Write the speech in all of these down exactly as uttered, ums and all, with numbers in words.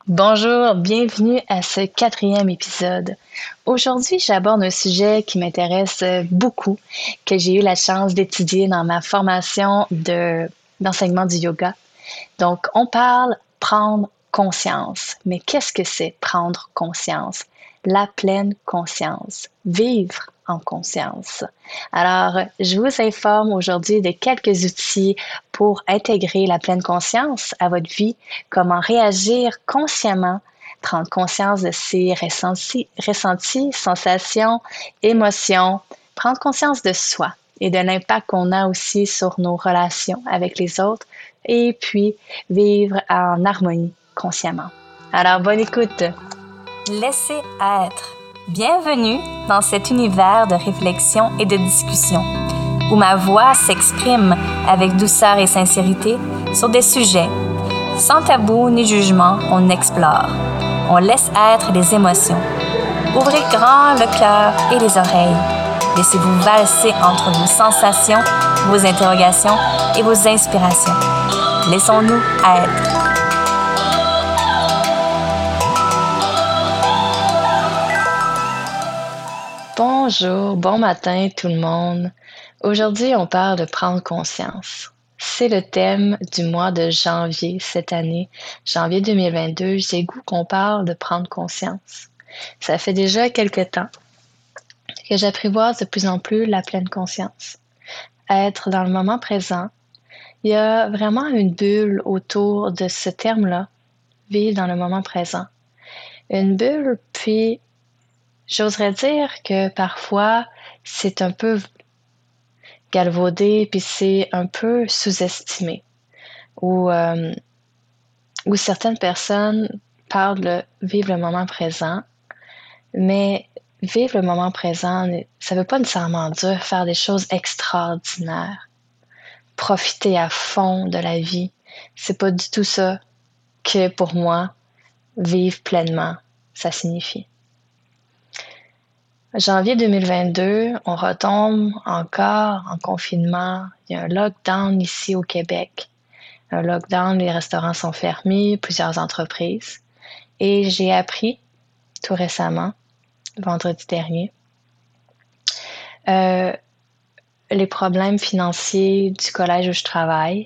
Bonjour, bienvenue à ce quatrième épisode. Aujourd'hui, j'aborde un sujet qui m'intéresse beaucoup, que j'ai eu la chance d'étudier dans ma formation de, d'enseignement du yoga. Donc, on parle prendre conscience. Mais qu'est-ce que c'est prendre conscience? La pleine conscience, vivre en conscience. Alors, je vous informe aujourd'hui de quelques outils pour intégrer la pleine conscience à votre vie, comment réagir consciemment, prendre conscience de ses ressentis, ressentis, sensations, émotions, prendre conscience de soi et de l'impact qu'on a aussi sur nos relations avec les autres et puis vivre en harmonie consciemment. Alors, bonne écoute! Laissez être. Bienvenue dans cet univers de réflexion et de discussion, où ma voix s'exprime avec douceur et sincérité sur des sujets. Sans tabou ni jugement, on explore. On laisse être les émotions. Ouvrez grand le cœur et les oreilles. Laissez-vous valser entre vos sensations, vos interrogations et vos inspirations. Laissons-nous être. Bonjour, bon matin tout le monde. Aujourd'hui, on parle de prendre conscience. C'est le thème du mois de janvier cette année, janvier deux mille vingt-deux. J'ai goût qu'on parle de prendre conscience. Ça fait déjà quelque temps que j'apprivoise de plus en plus la pleine conscience. Être dans le moment présent. Il y a vraiment une bulle autour de ce terme-là, vivre dans le moment présent. Une bulle, puis j'oserais dire que parfois, c'est un peu galvaudé, puis c'est un peu sous-estimé. Ou, euh, où certaines personnes parlent de vivre le moment présent, mais vivre le moment présent, ça ne veut pas nécessairement dire faire des choses extraordinaires, profiter à fond de la vie. C'est pas du tout ça que pour moi, vivre pleinement, ça signifie. Janvier deux mille vingt-deux, on retombe encore en confinement. Il y a un lockdown ici au Québec. Un lockdown, les restaurants sont fermés, plusieurs entreprises. Et j'ai appris tout récemment, vendredi dernier, euh, les problèmes financiers du collège où je travaille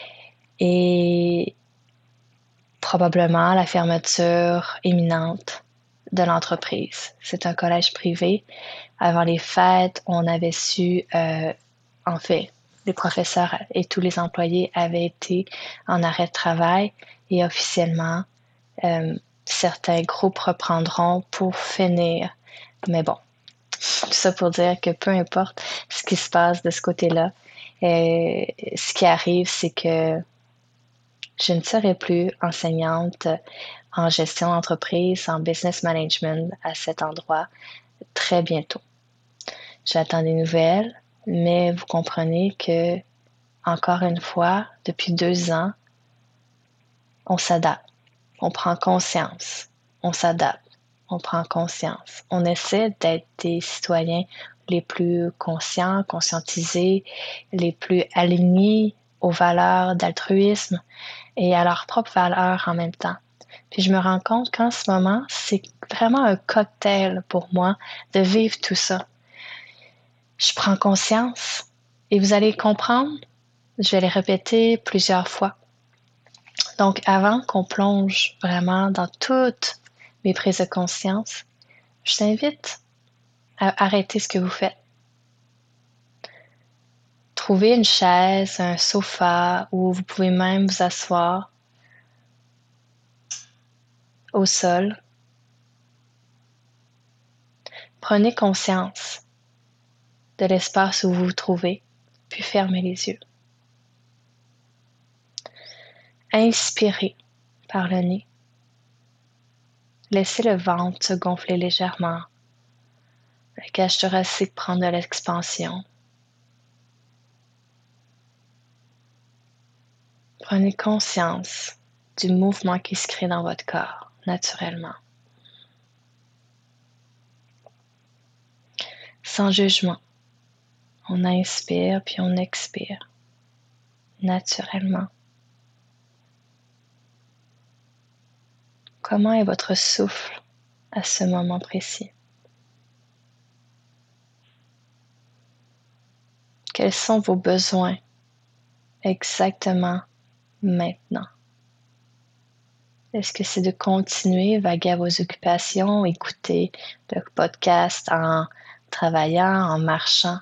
et probablement la fermeture imminente de l'entreprise. C'est un collège privé. Avant les fêtes, on avait su, euh, en fait, les professeurs et tous les employés avaient été en arrêt de travail et officiellement, euh, certains groupes reprendront pour finir. Mais bon, tout ça pour dire que peu importe ce qui se passe de ce côté-là, euh, ce qui arrive, c'est que je ne serai plus enseignante en gestion d'entreprise, en business management à cet endroit très bientôt. J'attends des nouvelles, mais vous comprenez que, encore une fois, depuis deux ans, on s'adapte, on prend conscience, on s'adapte, on prend conscience. On essaie d'être des citoyens les plus conscients, conscientisés, les plus alignés aux valeurs d'altruisme et à leurs propres valeurs en même temps. Puis je me rends compte qu'en ce moment, c'est vraiment un cocktail pour moi de vivre tout ça. Je prends conscience et vous allez comprendre, je vais les répéter plusieurs fois. Donc, avant qu'on plonge vraiment dans toutes mes prises de conscience, je t'invite à arrêter ce que vous faites. Trouvez une chaise, un sofa où vous pouvez même vous asseoir au sol. Prenez conscience de l'espace où vous vous trouvez, puis fermez les yeux. Inspirez par le nez. Laissez le ventre se gonfler légèrement. La cage thoracique prend de l'expansion. Prenez conscience du mouvement qui se crée dans votre corps, naturellement. Sans jugement. On inspire puis on expire, naturellement. Comment est votre souffle à ce moment précis? Quels sont vos besoins exactement maintenant? Est-ce que c'est de continuer, vaguer à vos occupations, écouter le podcast en travaillant, en marchant?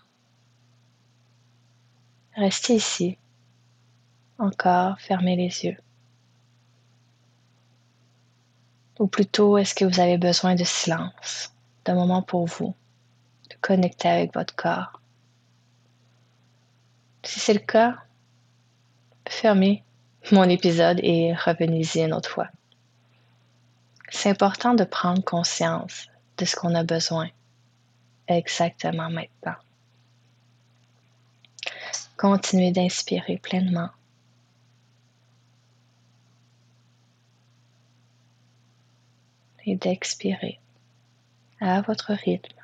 Restez ici. Encore, fermez les yeux. Ou plutôt, est-ce que vous avez besoin de silence, d'un moment pour vous, de connecter avec votre corps? Si c'est le cas, fermez mon épisode et revenez-y une autre fois. C'est important de prendre conscience de ce qu'on a besoin exactement maintenant. Continuez d'inspirer pleinement. Et d'expirer à votre rythme.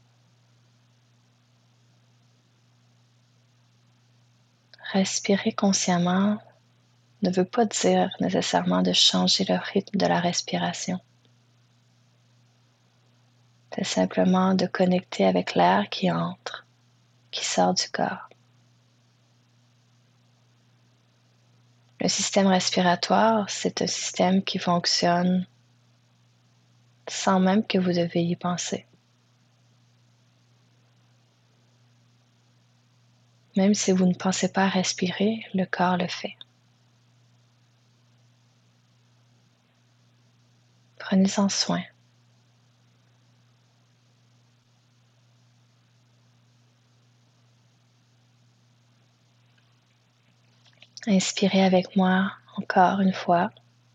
Respirer consciemment ne veut pas dire nécessairement de changer le rythme de la respiration. C'est simplement de connecter avec l'air qui entre, qui sort du corps. Le système respiratoire, c'est un système qui fonctionne sans même que vous deviez y penser. Même si vous ne pensez pas à respirer, le corps le fait. Prenez-en soin. Inspirez avec moi encore une fois.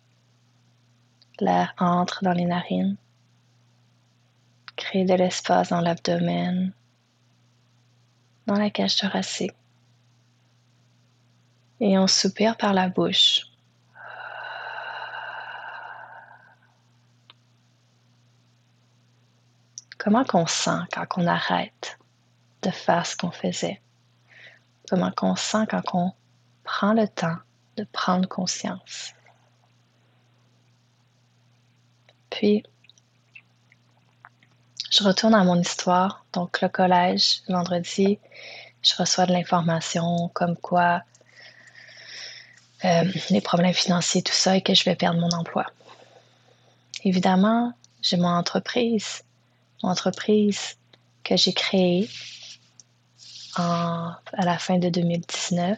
L'air entre dans les narines. Crée de l'espace dans l'abdomen, dans la cage thoracique. Et on soupire par la bouche. Comment qu'on sent quand on arrête de faire ce qu'on faisait? Comment qu'on sent quand on prend le temps de prendre conscience? Puis, je retourne à mon histoire. Donc, le collège, vendredi, je reçois de l'information comme quoi euh, les problèmes financiers, tout ça, et que je vais perdre mon emploi. Évidemment, j'ai mon entreprise. Mon entreprise que j'ai créée en, à la fin de deux mille dix-neuf.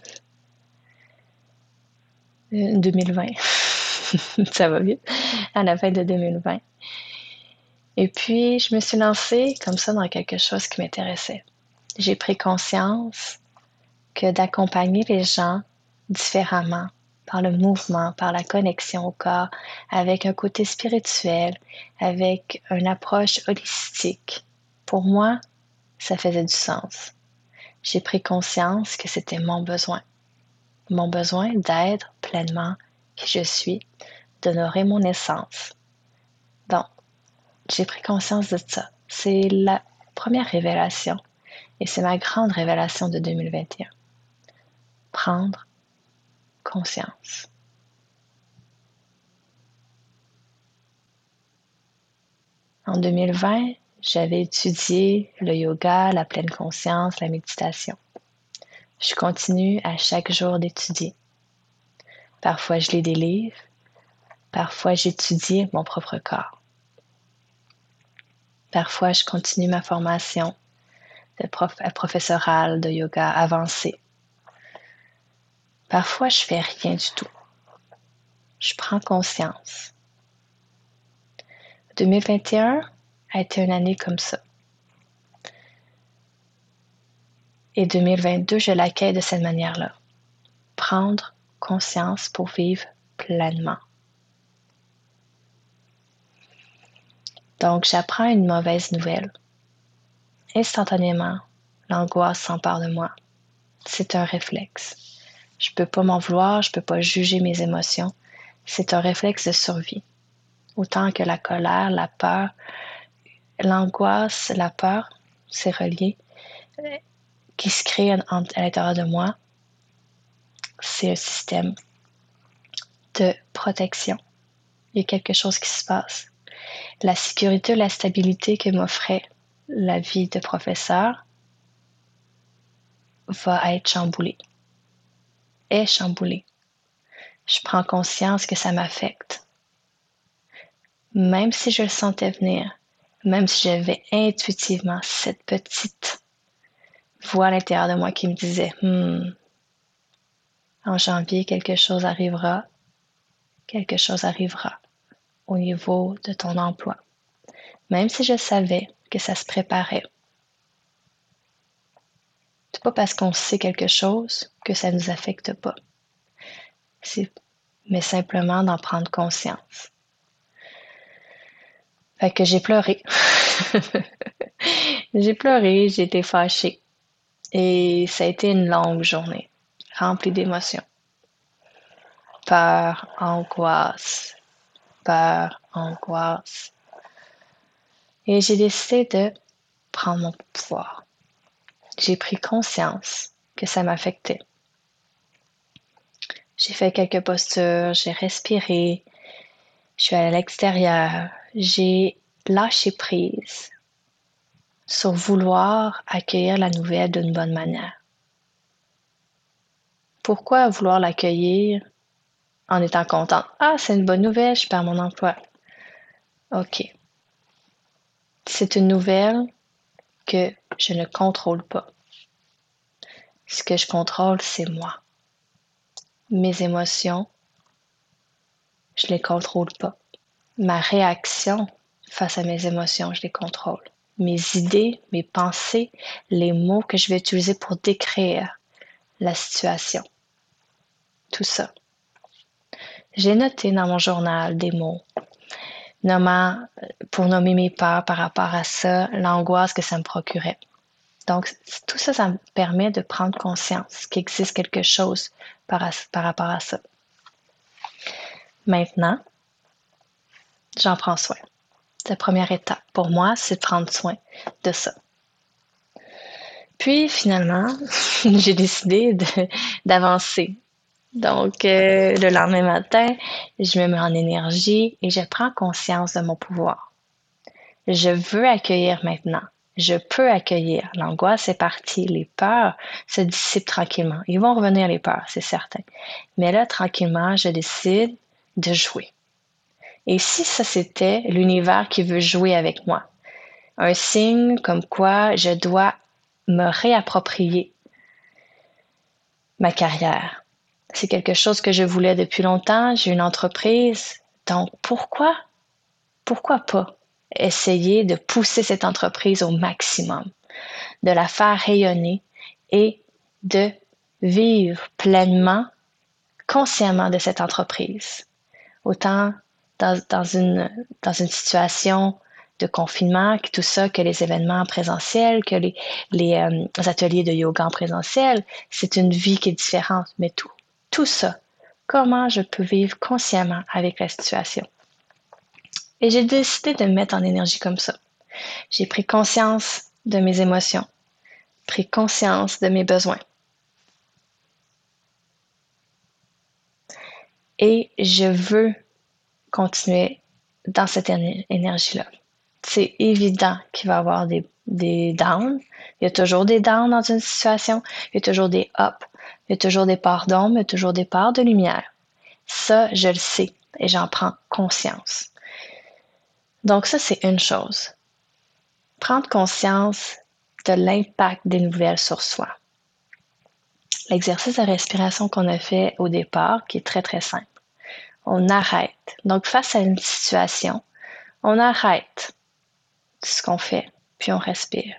Euh, deux mille vingt. Ça va vite. À la fin de deux mille vingt. Et puis, je me suis lancée comme ça dans quelque chose qui m'intéressait. J'ai pris conscience que d'accompagner les gens différemment, par le mouvement, par la connexion au corps, avec un côté spirituel, avec une approche holistique, pour moi, ça faisait du sens. J'ai pris conscience que c'était mon besoin. Mon besoin d'être pleinement qui je suis, d'honorer mon essence. Donc, j'ai pris conscience de ça. C'est la première révélation et c'est ma grande révélation de deux mille vingt et un. Prendre conscience. En deux mille vingt, j'avais étudié le yoga, la pleine conscience, la méditation. Je continue à chaque jour d'étudier. Parfois, je lis des livres. Parfois, j'étudie mon propre corps. Parfois, je continue ma formation de prof, professorale de yoga avancé. Parfois, je fais rien du tout. Je prends conscience. deux mille vingt et un a été une année comme ça. Et deux mille vingt-deux, je l'accueille de cette manière-là. Prendre conscience pour vivre pleinement. Donc, j'apprends une mauvaise nouvelle. Instantanément, l'angoisse s'empare de moi. C'est un réflexe. Je ne peux pas m'en vouloir, je ne peux pas juger mes émotions. C'est un réflexe de survie. Autant que la colère, la peur, l'angoisse, la peur, c'est relié, qui se crée à l'intérieur de moi. C'est un système de protection. il y a quelque chose qui se passe. La sécurité, la stabilité que m'offrait la vie de professeur va être chamboulée, est chamboulée. Je prends conscience que ça m'affecte. Même si je le sentais venir, même si j'avais intuitivement cette petite voix à l'intérieur de moi qui me disait hmm, en janvier, quelque chose arrivera, quelque chose arrivera au niveau de ton emploi. Même si je savais que ça se préparait. C'est pas parce qu'on sait quelque chose que ça ne nous affecte pas. C'est, mais simplement d'en prendre conscience. Fait que j'ai pleuré. j'ai pleuré, j'ai été fâchée. Et ça a été une longue journée, remplie d'émotions. Peur, angoisse, peur, angoisse. Et j'ai décidé de prendre mon pouvoir. J'ai pris conscience que ça m'affectait. J'ai fait quelques postures, j'ai respiré, je suis allée à l'extérieur, j'ai lâché prise sur vouloir accueillir la nouvelle d'une bonne manière. Pourquoi vouloir l'accueillir en étant contente? Ah, c'est une bonne nouvelle, je perds mon emploi. OK. C'est une nouvelle que je ne contrôle pas. Ce que je contrôle, c'est moi. Mes émotions, je les contrôle pas. Ma réaction face à mes émotions, je les contrôle. Mes idées, mes pensées, les mots que je vais utiliser pour décrire la situation. Tout ça. J'ai noté dans mon journal des mots, nommant, pour nommer mes peurs par rapport à ça, l'angoisse que ça me procurait. Donc, tout ça, ça me permet de prendre conscience qu'il existe quelque chose par, par rapport à ça. Maintenant, j'en prends soin. La première étape pour moi, c'est de prendre soin de ça. Puis, finalement, j'ai décidé de, d'avancer. Donc, euh, le lendemain matin, je me mets en énergie et je prends conscience de mon pouvoir. Je veux accueillir maintenant. Je peux accueillir. L'angoisse est partie. Les peurs se dissipent tranquillement. Ils vont revenir, les peurs, c'est certain. Mais là, tranquillement, je décide de jouer. Et si ça, c'était l'univers qui veut jouer avec moi? Un signe comme quoi je dois me réapproprier ma carrière. C'est quelque chose que je voulais depuis longtemps. J'ai une entreprise. Donc, pourquoi? Pourquoi pas essayer de pousser cette entreprise au maximum, de la faire rayonner et de vivre pleinement, consciemment de cette entreprise. Autant dans, dans, une, dans une situation de confinement, que tout ça, que les événements en présentiel, que les, les euh, ateliers de yoga en présentiel, c'est une vie qui est différente. Mais tout, tout ça, comment je peux vivre consciemment avec la situation? Et j'ai décidé de me mettre en énergie comme ça. J'ai pris conscience de mes émotions, pris conscience de mes besoins. Et je veux continuer dans cette énergie-là. C'est évident qu'il va y avoir des, des downs. Il y a toujours des downs dans une situation. Il y a toujours des ups. Il y a toujours des parts d'ombre. Il y a toujours des parts de lumière. Ça, je le sais et j'en prends conscience. Donc ça, c'est une chose. Prendre conscience de l'impact des nouvelles sur soi. L'exercice de respiration qu'on a fait au départ, qui est très, très simple. On arrête. Donc, face à une situation, on arrête ce qu'on fait, puis on respire.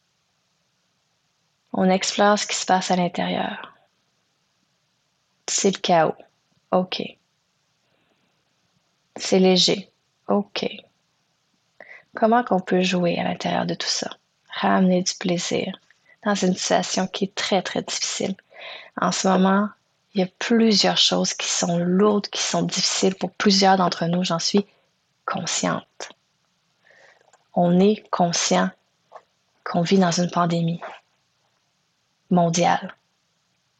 On explore ce qui se passe à l'intérieur. C'est le chaos. OK. C'est léger. OK. Comment qu'on peut jouer à l'intérieur de tout ça? Ramener du plaisir dans une situation qui est très, très difficile. En ce moment, il y a plusieurs choses qui sont lourdes, qui sont difficiles pour plusieurs d'entre nous. J'en suis consciente. On est conscient qu'on vit dans une pandémie mondiale.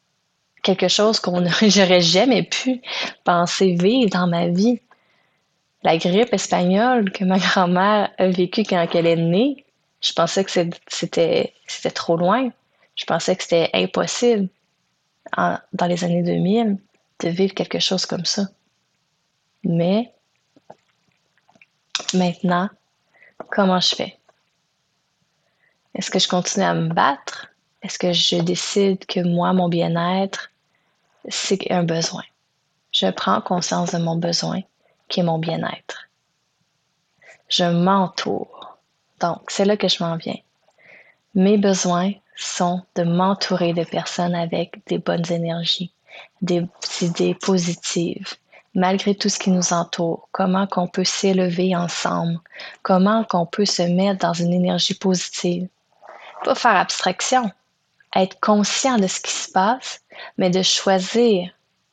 Quelque chose qu'on j'aurais jamais pu penser vivre dans ma vie. La grippe espagnole que ma grand-mère a vécue quand elle est née, je pensais que c'était, c'était trop loin. Je pensais que c'était impossible en, dans les années deux mille de vivre quelque chose comme ça. Mais maintenant, comment je fais? Est-ce que je continue à me battre? Est-ce que je décide que moi, mon bien-être, c'est un besoin? Je prends conscience de mon besoin, qui est mon bien-être. Je m'entoure. Donc, c'est là que je m'en viens. Mes besoins sont de m'entourer de personnes avec des bonnes énergies, des idées positives, malgré tout ce qui nous entoure, comment qu'on peut s'élever ensemble, comment qu'on peut se mettre dans une énergie positive. Pas faire abstraction, être conscient de ce qui se passe, mais de choisir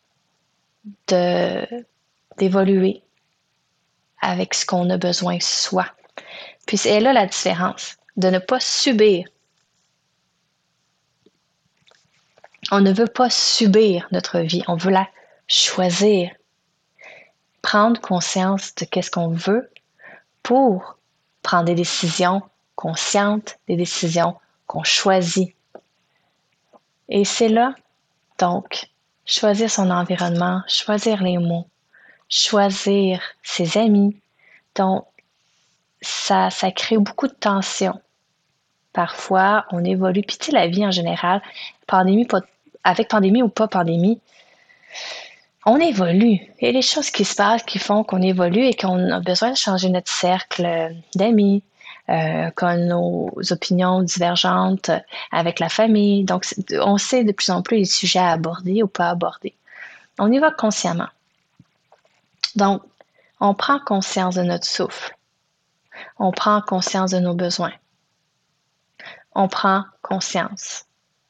de, d'évoluer avec ce qu'on a besoin soi. Puis c'est là la différence, de ne pas subir. On ne veut pas subir notre vie, on veut la choisir. Prendre conscience de qu'est-ce qu'on veut pour prendre des décisions conscientes, des décisions qu'on choisit. Et c'est là, donc, choisir son environnement, choisir les mots, choisir ses amis. Donc, ça, ça crée beaucoup de tension. Parfois, on évolue. Puis, tu sais, la vie en général, pandémie, pas, avec pandémie ou pas pandémie, on évolue. Il y a des choses qui se passent qui font qu'on évolue et qu'on a besoin de changer notre cercle d'amis, euh, qu'on nos opinions divergentes avec la famille. Donc, on sait de plus en plus les sujets à aborder ou pas aborder. On y va consciemment. Donc, on prend conscience de notre souffle. On prend conscience de nos besoins. On prend conscience.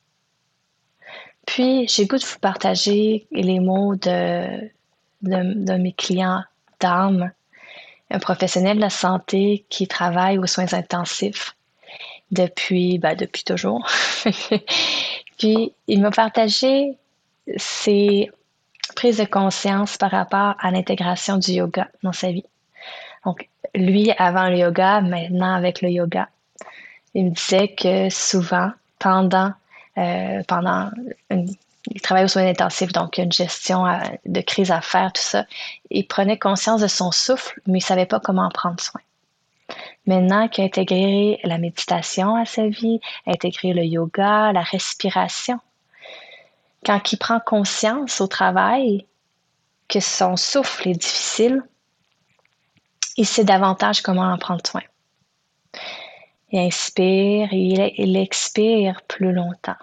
Puis, j'ai goût de vous partager les mots de, de, de mes clients d'âme, un professionnel de la santé qui travaille aux soins intensifs depuis, ben, depuis toujours. Puis, il m'a partagé ses prises de conscience par rapport à l'intégration du yoga dans sa vie. Donc, lui, avant le yoga, maintenant avec le yoga, il me disait que souvent, pendant, euh, pendant une, il travaille aux soins intensifs, donc une gestion à, de crise à faire, tout ça, il prenait conscience de son souffle, mais il ne savait pas comment en prendre soin. Maintenant qu'il a intégré la méditation à sa vie, intégré le yoga, la respiration, quand il prend conscience au travail que son souffle est difficile, il sait davantage comment en prendre soin. Il inspire et il, il expire plus longtemps.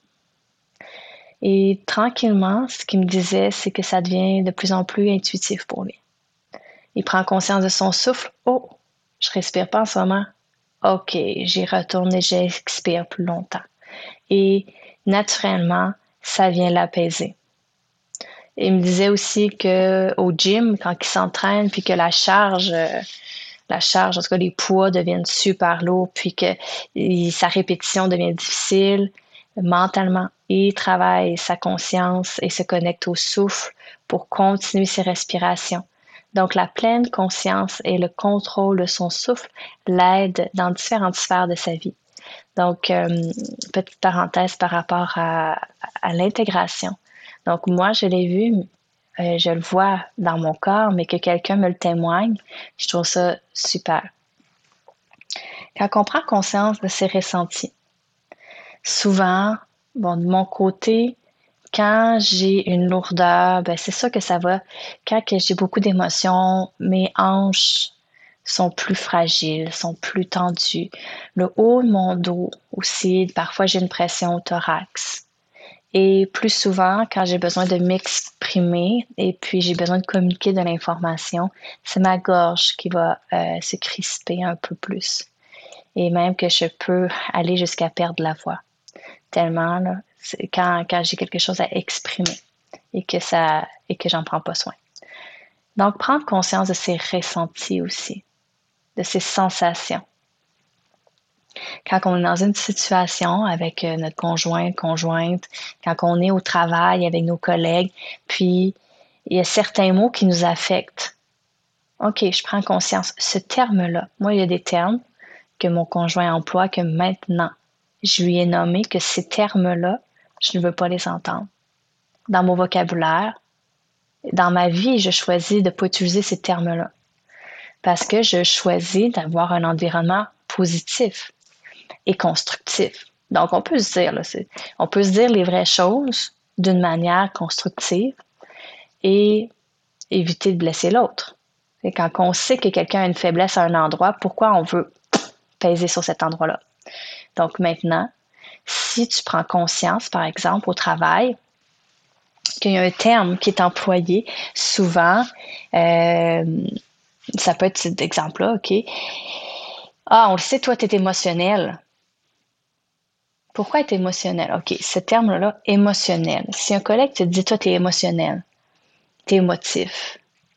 Et tranquillement, ce qu'il me disait, c'est que ça devient de plus en plus intuitif pour lui. Il prend conscience de son souffle. Oh, je respire pas en ce moment. OK, j'y retourne et j'expire plus longtemps. Et naturellement, ça vient l'apaiser. Il me disait aussi qu'au gym, quand il s'entraîne, puis que la charge, euh, la charge, en tout cas les poids deviennent super lourds, puis que il, sa répétition devient difficile, mentalement, il travaille sa conscience et se connecte au souffle pour continuer ses respirations. Donc, la pleine conscience et le contrôle de son souffle l'aident dans différentes sphères de sa vie. Donc, euh, petite parenthèse par rapport à, à l'intégration. Donc, moi, je l'ai vu, euh, je le vois dans mon corps, mais que quelqu'un me le témoigne, je trouve ça super. Quand on prend conscience de ses ressentis, souvent, bon, de mon côté, quand j'ai une lourdeur, ben c'est ça que ça va. Quand que j'ai beaucoup d'émotions, mes hanches sont plus fragiles, sont plus tendues. Le haut de mon dos aussi, parfois j'ai une pression au thorax. Et plus souvent, quand j'ai besoin de m'exprimer et puis j'ai besoin de communiquer de l'information, c'est ma gorge qui va euh, se crisper un peu plus. Et même que je peux aller jusqu'à perdre la voix. Tellement, là, c'est quand, quand j'ai quelque chose à exprimer et que ça et que j'en prends pas soin. Donc, prendre conscience de ses ressentis aussi, de ses sensations. Quand on est dans une situation avec notre conjoint, conjointe, quand on est au travail avec nos collègues, puis il y a certains mots qui nous affectent. OK, je prends conscience. Ce terme-là, moi, il y a des termes que mon conjoint emploie que maintenant, je lui ai nommé que ces termes-là, je ne veux pas les entendre. Dans mon vocabulaire, dans ma vie, je choisis de ne pas utiliser ces termes-là parce que je choisis d'avoir un environnement positif et constructif. Donc, on peut se dire, là, c'est, on peut se dire les vraies choses d'une manière constructive et éviter de blesser l'autre. Et quand on sait que quelqu'un a une faiblesse à un endroit, pourquoi on veut peser sur cet endroit-là? Donc maintenant, si tu prends conscience, par exemple, au travail, qu'il y a un terme qui est employé souvent, euh, ça peut être cet exemple-là, OK? Ah, on le sait, toi, tu es émotionnel. Pourquoi être émotionnel? OK, ce terme-là, émotionnel. Si un collègue te dit, toi, tu es émotionnel, tu es émotif,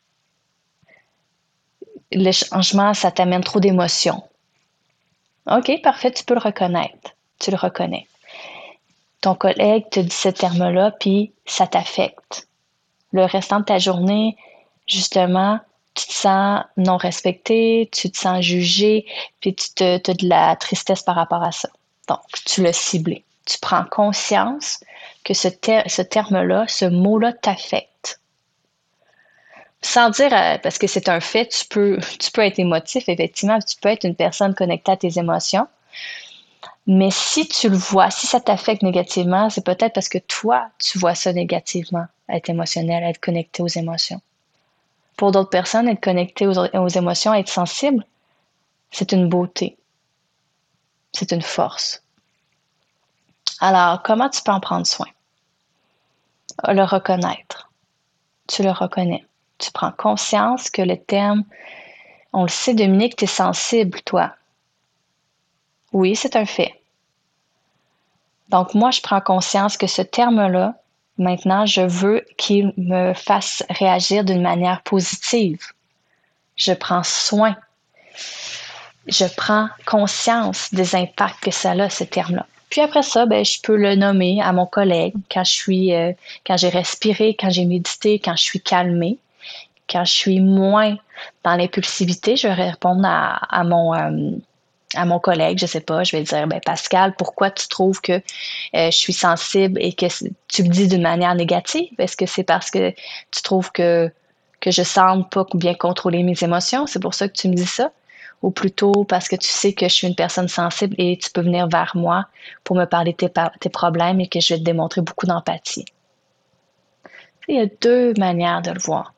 le changement, ça t'amène trop d'émotions. OK, parfait, tu peux le reconnaître. Tu le reconnais. Ton collègue te dit ce terme-là, puis ça t'affecte. Le restant de ta journée, justement, tu te sens non respecté, tu te sens jugé, puis tu te, as de la tristesse par rapport à ça. Donc, tu l'as ciblé. Tu prends conscience que ce, ter- ce terme-là, ce mot-là t'affecte. Sans dire, euh, parce que c'est un fait, tu peux, tu peux être émotif, effectivement, tu peux être une personne connectée à tes émotions. Mais si tu le vois, si ça t'affecte négativement, c'est peut-être parce que toi, tu vois ça négativement, être émotionnel, être connecté aux émotions. Pour d'autres personnes, être connecté aux, aux émotions, être sensible, c'est une beauté. C'est une force. Alors, comment tu peux en prendre soin? Le reconnaître. Tu le reconnais. Tu prends conscience que le terme, on le sait, Dominique, tu es sensible, toi. Oui, c'est un fait. Donc, moi, je prends conscience que ce terme-là, maintenant, je veux qu'il me fasse réagir d'une manière positive. Je prends soin. Je prends conscience des impacts que ça a, ce terme-là. Puis après ça, ben, je peux le nommer à mon collègue quand je suis, euh, quand j'ai respiré, quand j'ai médité, quand je suis calmée, quand je suis moins dans l'impulsivité, je vais répondre à, à mon euh, à mon collègue, je sais pas, je vais dire, ben Pascal, pourquoi tu trouves que euh, je suis sensible et que tu me dis d'une manière négative? Est-ce que c'est parce que tu trouves que que je semble pas bien contrôler mes émotions? C'est pour ça que tu me dis ça? Ou plutôt parce que tu sais que je suis une personne sensible et tu peux venir vers moi pour me parler de tes, tes problèmes et que je vais te démontrer beaucoup d'empathie. Il y a deux manières de le voir.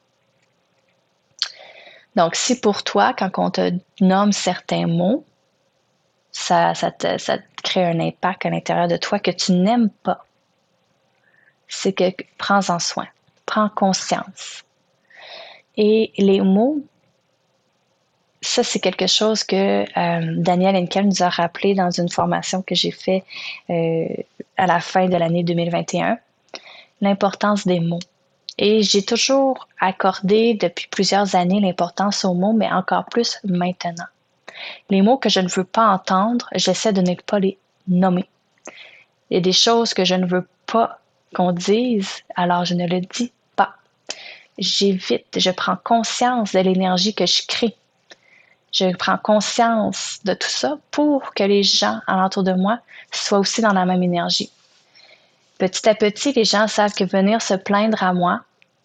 Donc, si pour toi, quand on te nomme certains mots, ça, ça, te, ça te crée un impact à l'intérieur de toi que tu n'aimes pas, c'est que prends-en soin, prends conscience. Et les mots, ça, c'est quelque chose que euh, Daniel Henkel nous a rappelé dans une formation que j'ai faite euh, à la fin de l'année deux mille vingt et un, l'importance des mots. Et j'ai toujours accordé depuis plusieurs années l'importance aux mots, mais encore plus maintenant. Les mots que je ne veux pas entendre, j'essaie de ne pas les nommer. Il y a des choses que je ne veux pas qu'on dise, alors je ne le dis pas. J'évite, je prends conscience de l'énergie que je crée. Je prends conscience de tout ça pour que les gens alentour de moi soient aussi dans la même énergie. Petit à petit, les gens savent que venir se plaindre à moi,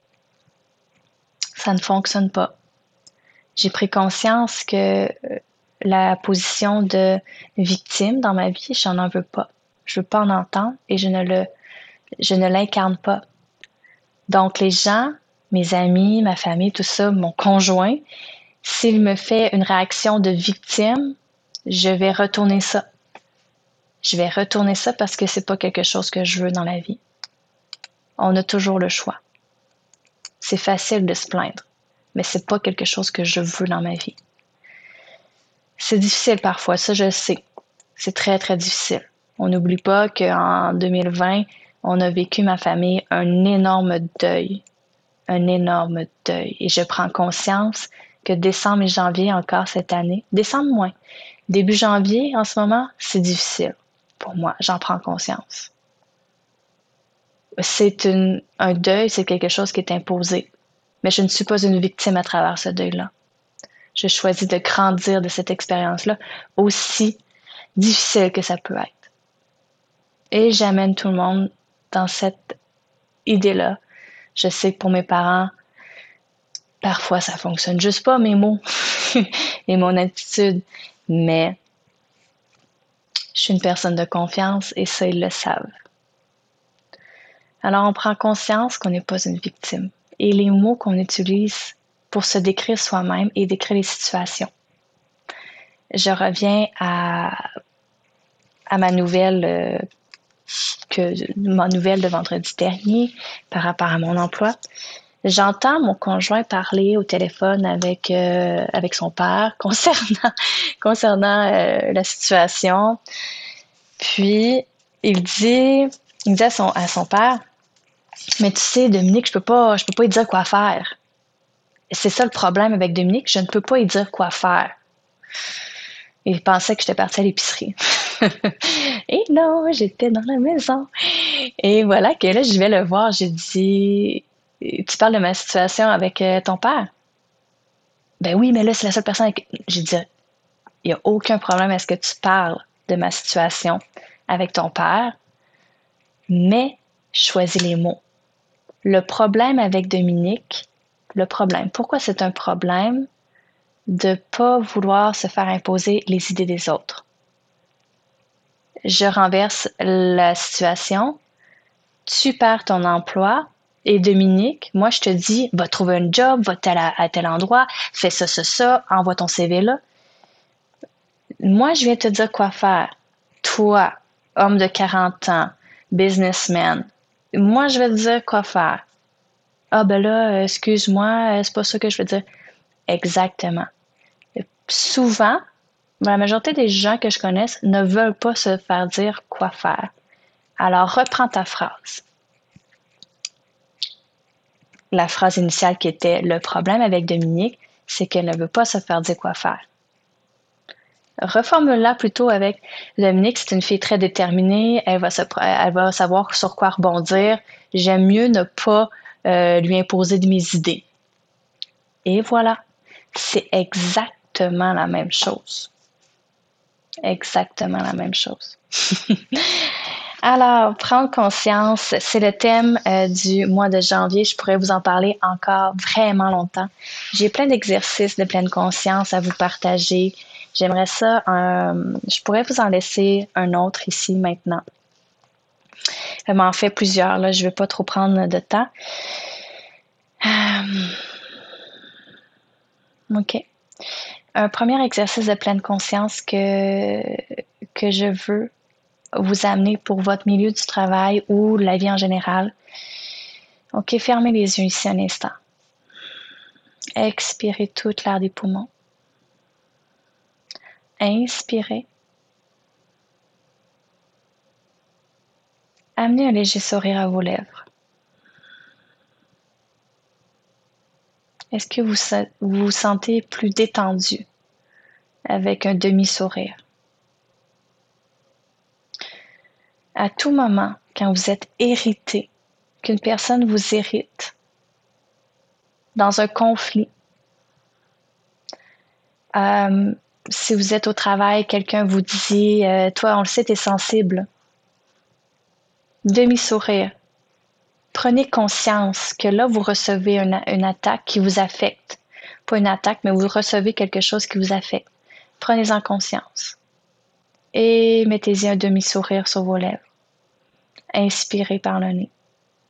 ça ne fonctionne pas. J'ai pris conscience que la position de victime dans ma vie, j'en en veux pas. Je veux pas en entendre et je ne le, je ne l'incarne pas. Donc les gens, mes amis, ma famille, tout ça, mon conjoint, s'il me fait une réaction de victime, je vais retourner ça. Je vais retourner ça parce que c'est pas quelque chose que je veux dans la vie. On a toujours le choix. C'est facile de se plaindre, mais c'est pas quelque chose que je veux dans ma vie. C'est difficile parfois, ça je le sais. C'est très, très difficile. On n'oublie pas qu'en deux mille vingt, on a vécu, ma famille, un énorme deuil. Un énorme deuil. Et je prends conscience que décembre et janvier encore cette année, décembre moins, début janvier en ce moment, c'est difficile pour moi. J'en prends conscience. C'est une, un deuil, c'est quelque chose qui est imposé. Mais je ne suis pas une victime à travers ce deuil-là. Je choisis de grandir de cette expérience-là, aussi difficile que ça peut être. Et j'amène tout le monde dans cette idée-là. Je sais que pour mes parents, parfois ça fonctionne juste pas, mes mots et mon attitude, mais je suis une personne de confiance et ça, ils le savent. Alors, on prend conscience qu'on n'est pas une victime et les mots qu'on utilise pour se décrire soi-même et décrire les situations. Je reviens à, à ma nouvelle, euh, que, ma nouvelle de vendredi dernier par rapport à mon emploi. J'entends mon conjoint parler au téléphone avec, euh, avec son père concernant, concernant euh, la situation. Puis, il dit, il dit à son, à son père, « Mais tu sais, Dominique, je peux pas, je peux pas lui dire quoi faire. » C'est ça le problème avec Dominique, je ne peux pas lui dire quoi faire. Il pensait que j'étais partie à l'épicerie. Et non, j'étais dans la maison. Et voilà que là, je vais le voir, j'ai dit, « Tu parles de ma situation avec euh, ton père? » Ben oui, mais là, c'est la seule personne avec... J'ai dit, il n'y a aucun problème à ce que tu parles de ma situation avec ton père, mais choisis les mots. Le problème avec Dominique, le problème, pourquoi c'est un problème de ne pas vouloir se faire imposer les idées des autres? Je renverse la situation, tu perds ton emploi et Dominique, moi je te dis, va trouver un job, va à, à tel endroit, fais ça, ça, ça, envoie ton C V là. Moi, je viens te dire quoi faire. Toi, homme de quarante ans, businessman, moi, je vais te dire quoi faire. Ah, ben là, excuse-moi, c'est pas ça que je veux dire. Exactement. Souvent, la majorité des gens que je connaisse ne veulent pas se faire dire quoi faire. Alors, reprends ta phrase. La phrase initiale qui était « Le problème avec Dominique, c'est qu'elle ne veut pas se faire dire quoi faire. » Reformule-la plutôt avec « Dominique, c'est une fille très déterminée, elle va, se, elle va savoir sur quoi rebondir. J'aime mieux ne pas euh, lui imposer de mes idées. » Et voilà, c'est exactement la même chose. Exactement la même chose. Alors, prendre conscience, c'est le thème euh, du mois de janvier. Je pourrais vous en parler encore vraiment longtemps. J'ai plein d'exercices de pleine conscience à vous partager. J'aimerais ça, euh, je pourrais vous en laisser un autre ici maintenant. Je m'en fais plusieurs, là, je ne vais pas trop prendre de temps. Euh, OK. Un premier exercice de pleine conscience que, que je veux vous amener pour votre milieu du travail ou la vie en général. OK, fermez les yeux ici un instant. Expirez toute l'air des poumons. Inspirez. Amenez un léger sourire à vos lèvres. Est-ce que vous vous, vous sentez plus détendu avec un demi-sourire? À tout moment, quand vous êtes irrité, qu'une personne vous irrite, dans un conflit, euh, si vous êtes au travail, quelqu'un vous dit euh, « Toi, on le sait, t'es sensible. » Demi-sourire. Prenez conscience que là, vous recevez une, une attaque qui vous affecte. Pas une attaque, mais vous recevez quelque chose qui vous affecte. Prenez-en conscience. Et mettez-y un demi-sourire sur vos lèvres. Inspirez par le nez.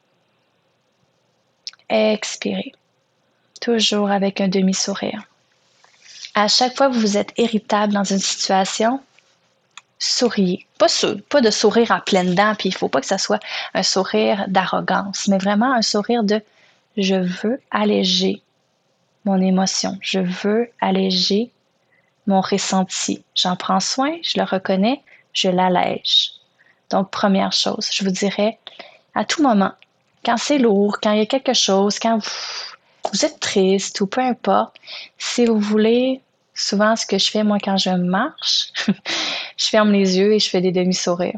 Expirez. Toujours avec un demi-sourire. À chaque fois que vous êtes irritable dans une situation, souriez. Pas, sou- pas de sourire en pleine dent, puis il ne faut pas que ça soit un sourire d'arrogance, mais vraiment un sourire de « je veux alléger mon émotion, je veux alléger mon ressenti. J'en prends soin, je le reconnais, je l'allège. » Donc, première chose, je vous dirais, à tout moment, quand c'est lourd, quand il y a quelque chose, quand vous, vous êtes triste ou peu importe, si vous voulez, souvent ce que je fais moi quand je marche, je ferme les yeux et je fais des demi-sourires.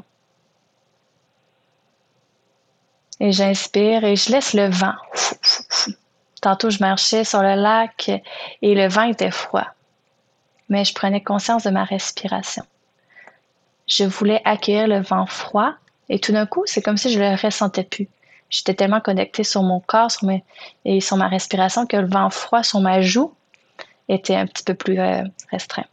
Et j'inspire et je laisse le vent. Tantôt, je marchais sur le lac et le vent était froid. mais je prenais conscience de ma respiration. Je voulais accueillir le vent froid et tout d'un coup, c'est comme si je le ressentais plus. J'étais tellement connectée sur mon corps sur mes, et sur ma respiration que le vent froid sur ma joue était un petit peu plus euh, restreint.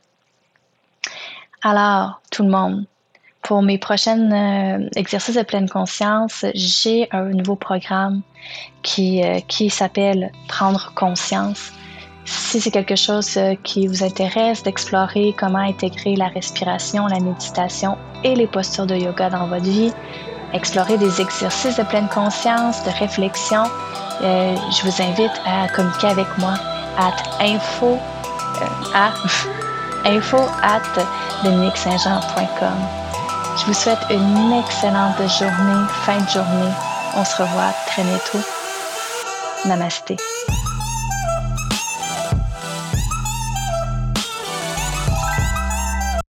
Alors, tout le monde, pour mes prochains euh, exercices de pleine conscience, j'ai un nouveau programme qui, euh, qui s'appelle « Prendre conscience ». Si c'est quelque chose euh, qui vous intéresse d'explorer comment intégrer la respiration, la méditation et les postures de yoga dans votre vie, explorer des exercices de pleine conscience, de réflexion, euh, je vous invite à communiquer avec moi à info euh, à info at dominique saint jean point com. Je vous souhaite une excellente journée, fin de journée. On se revoit très bientôt. Namasté.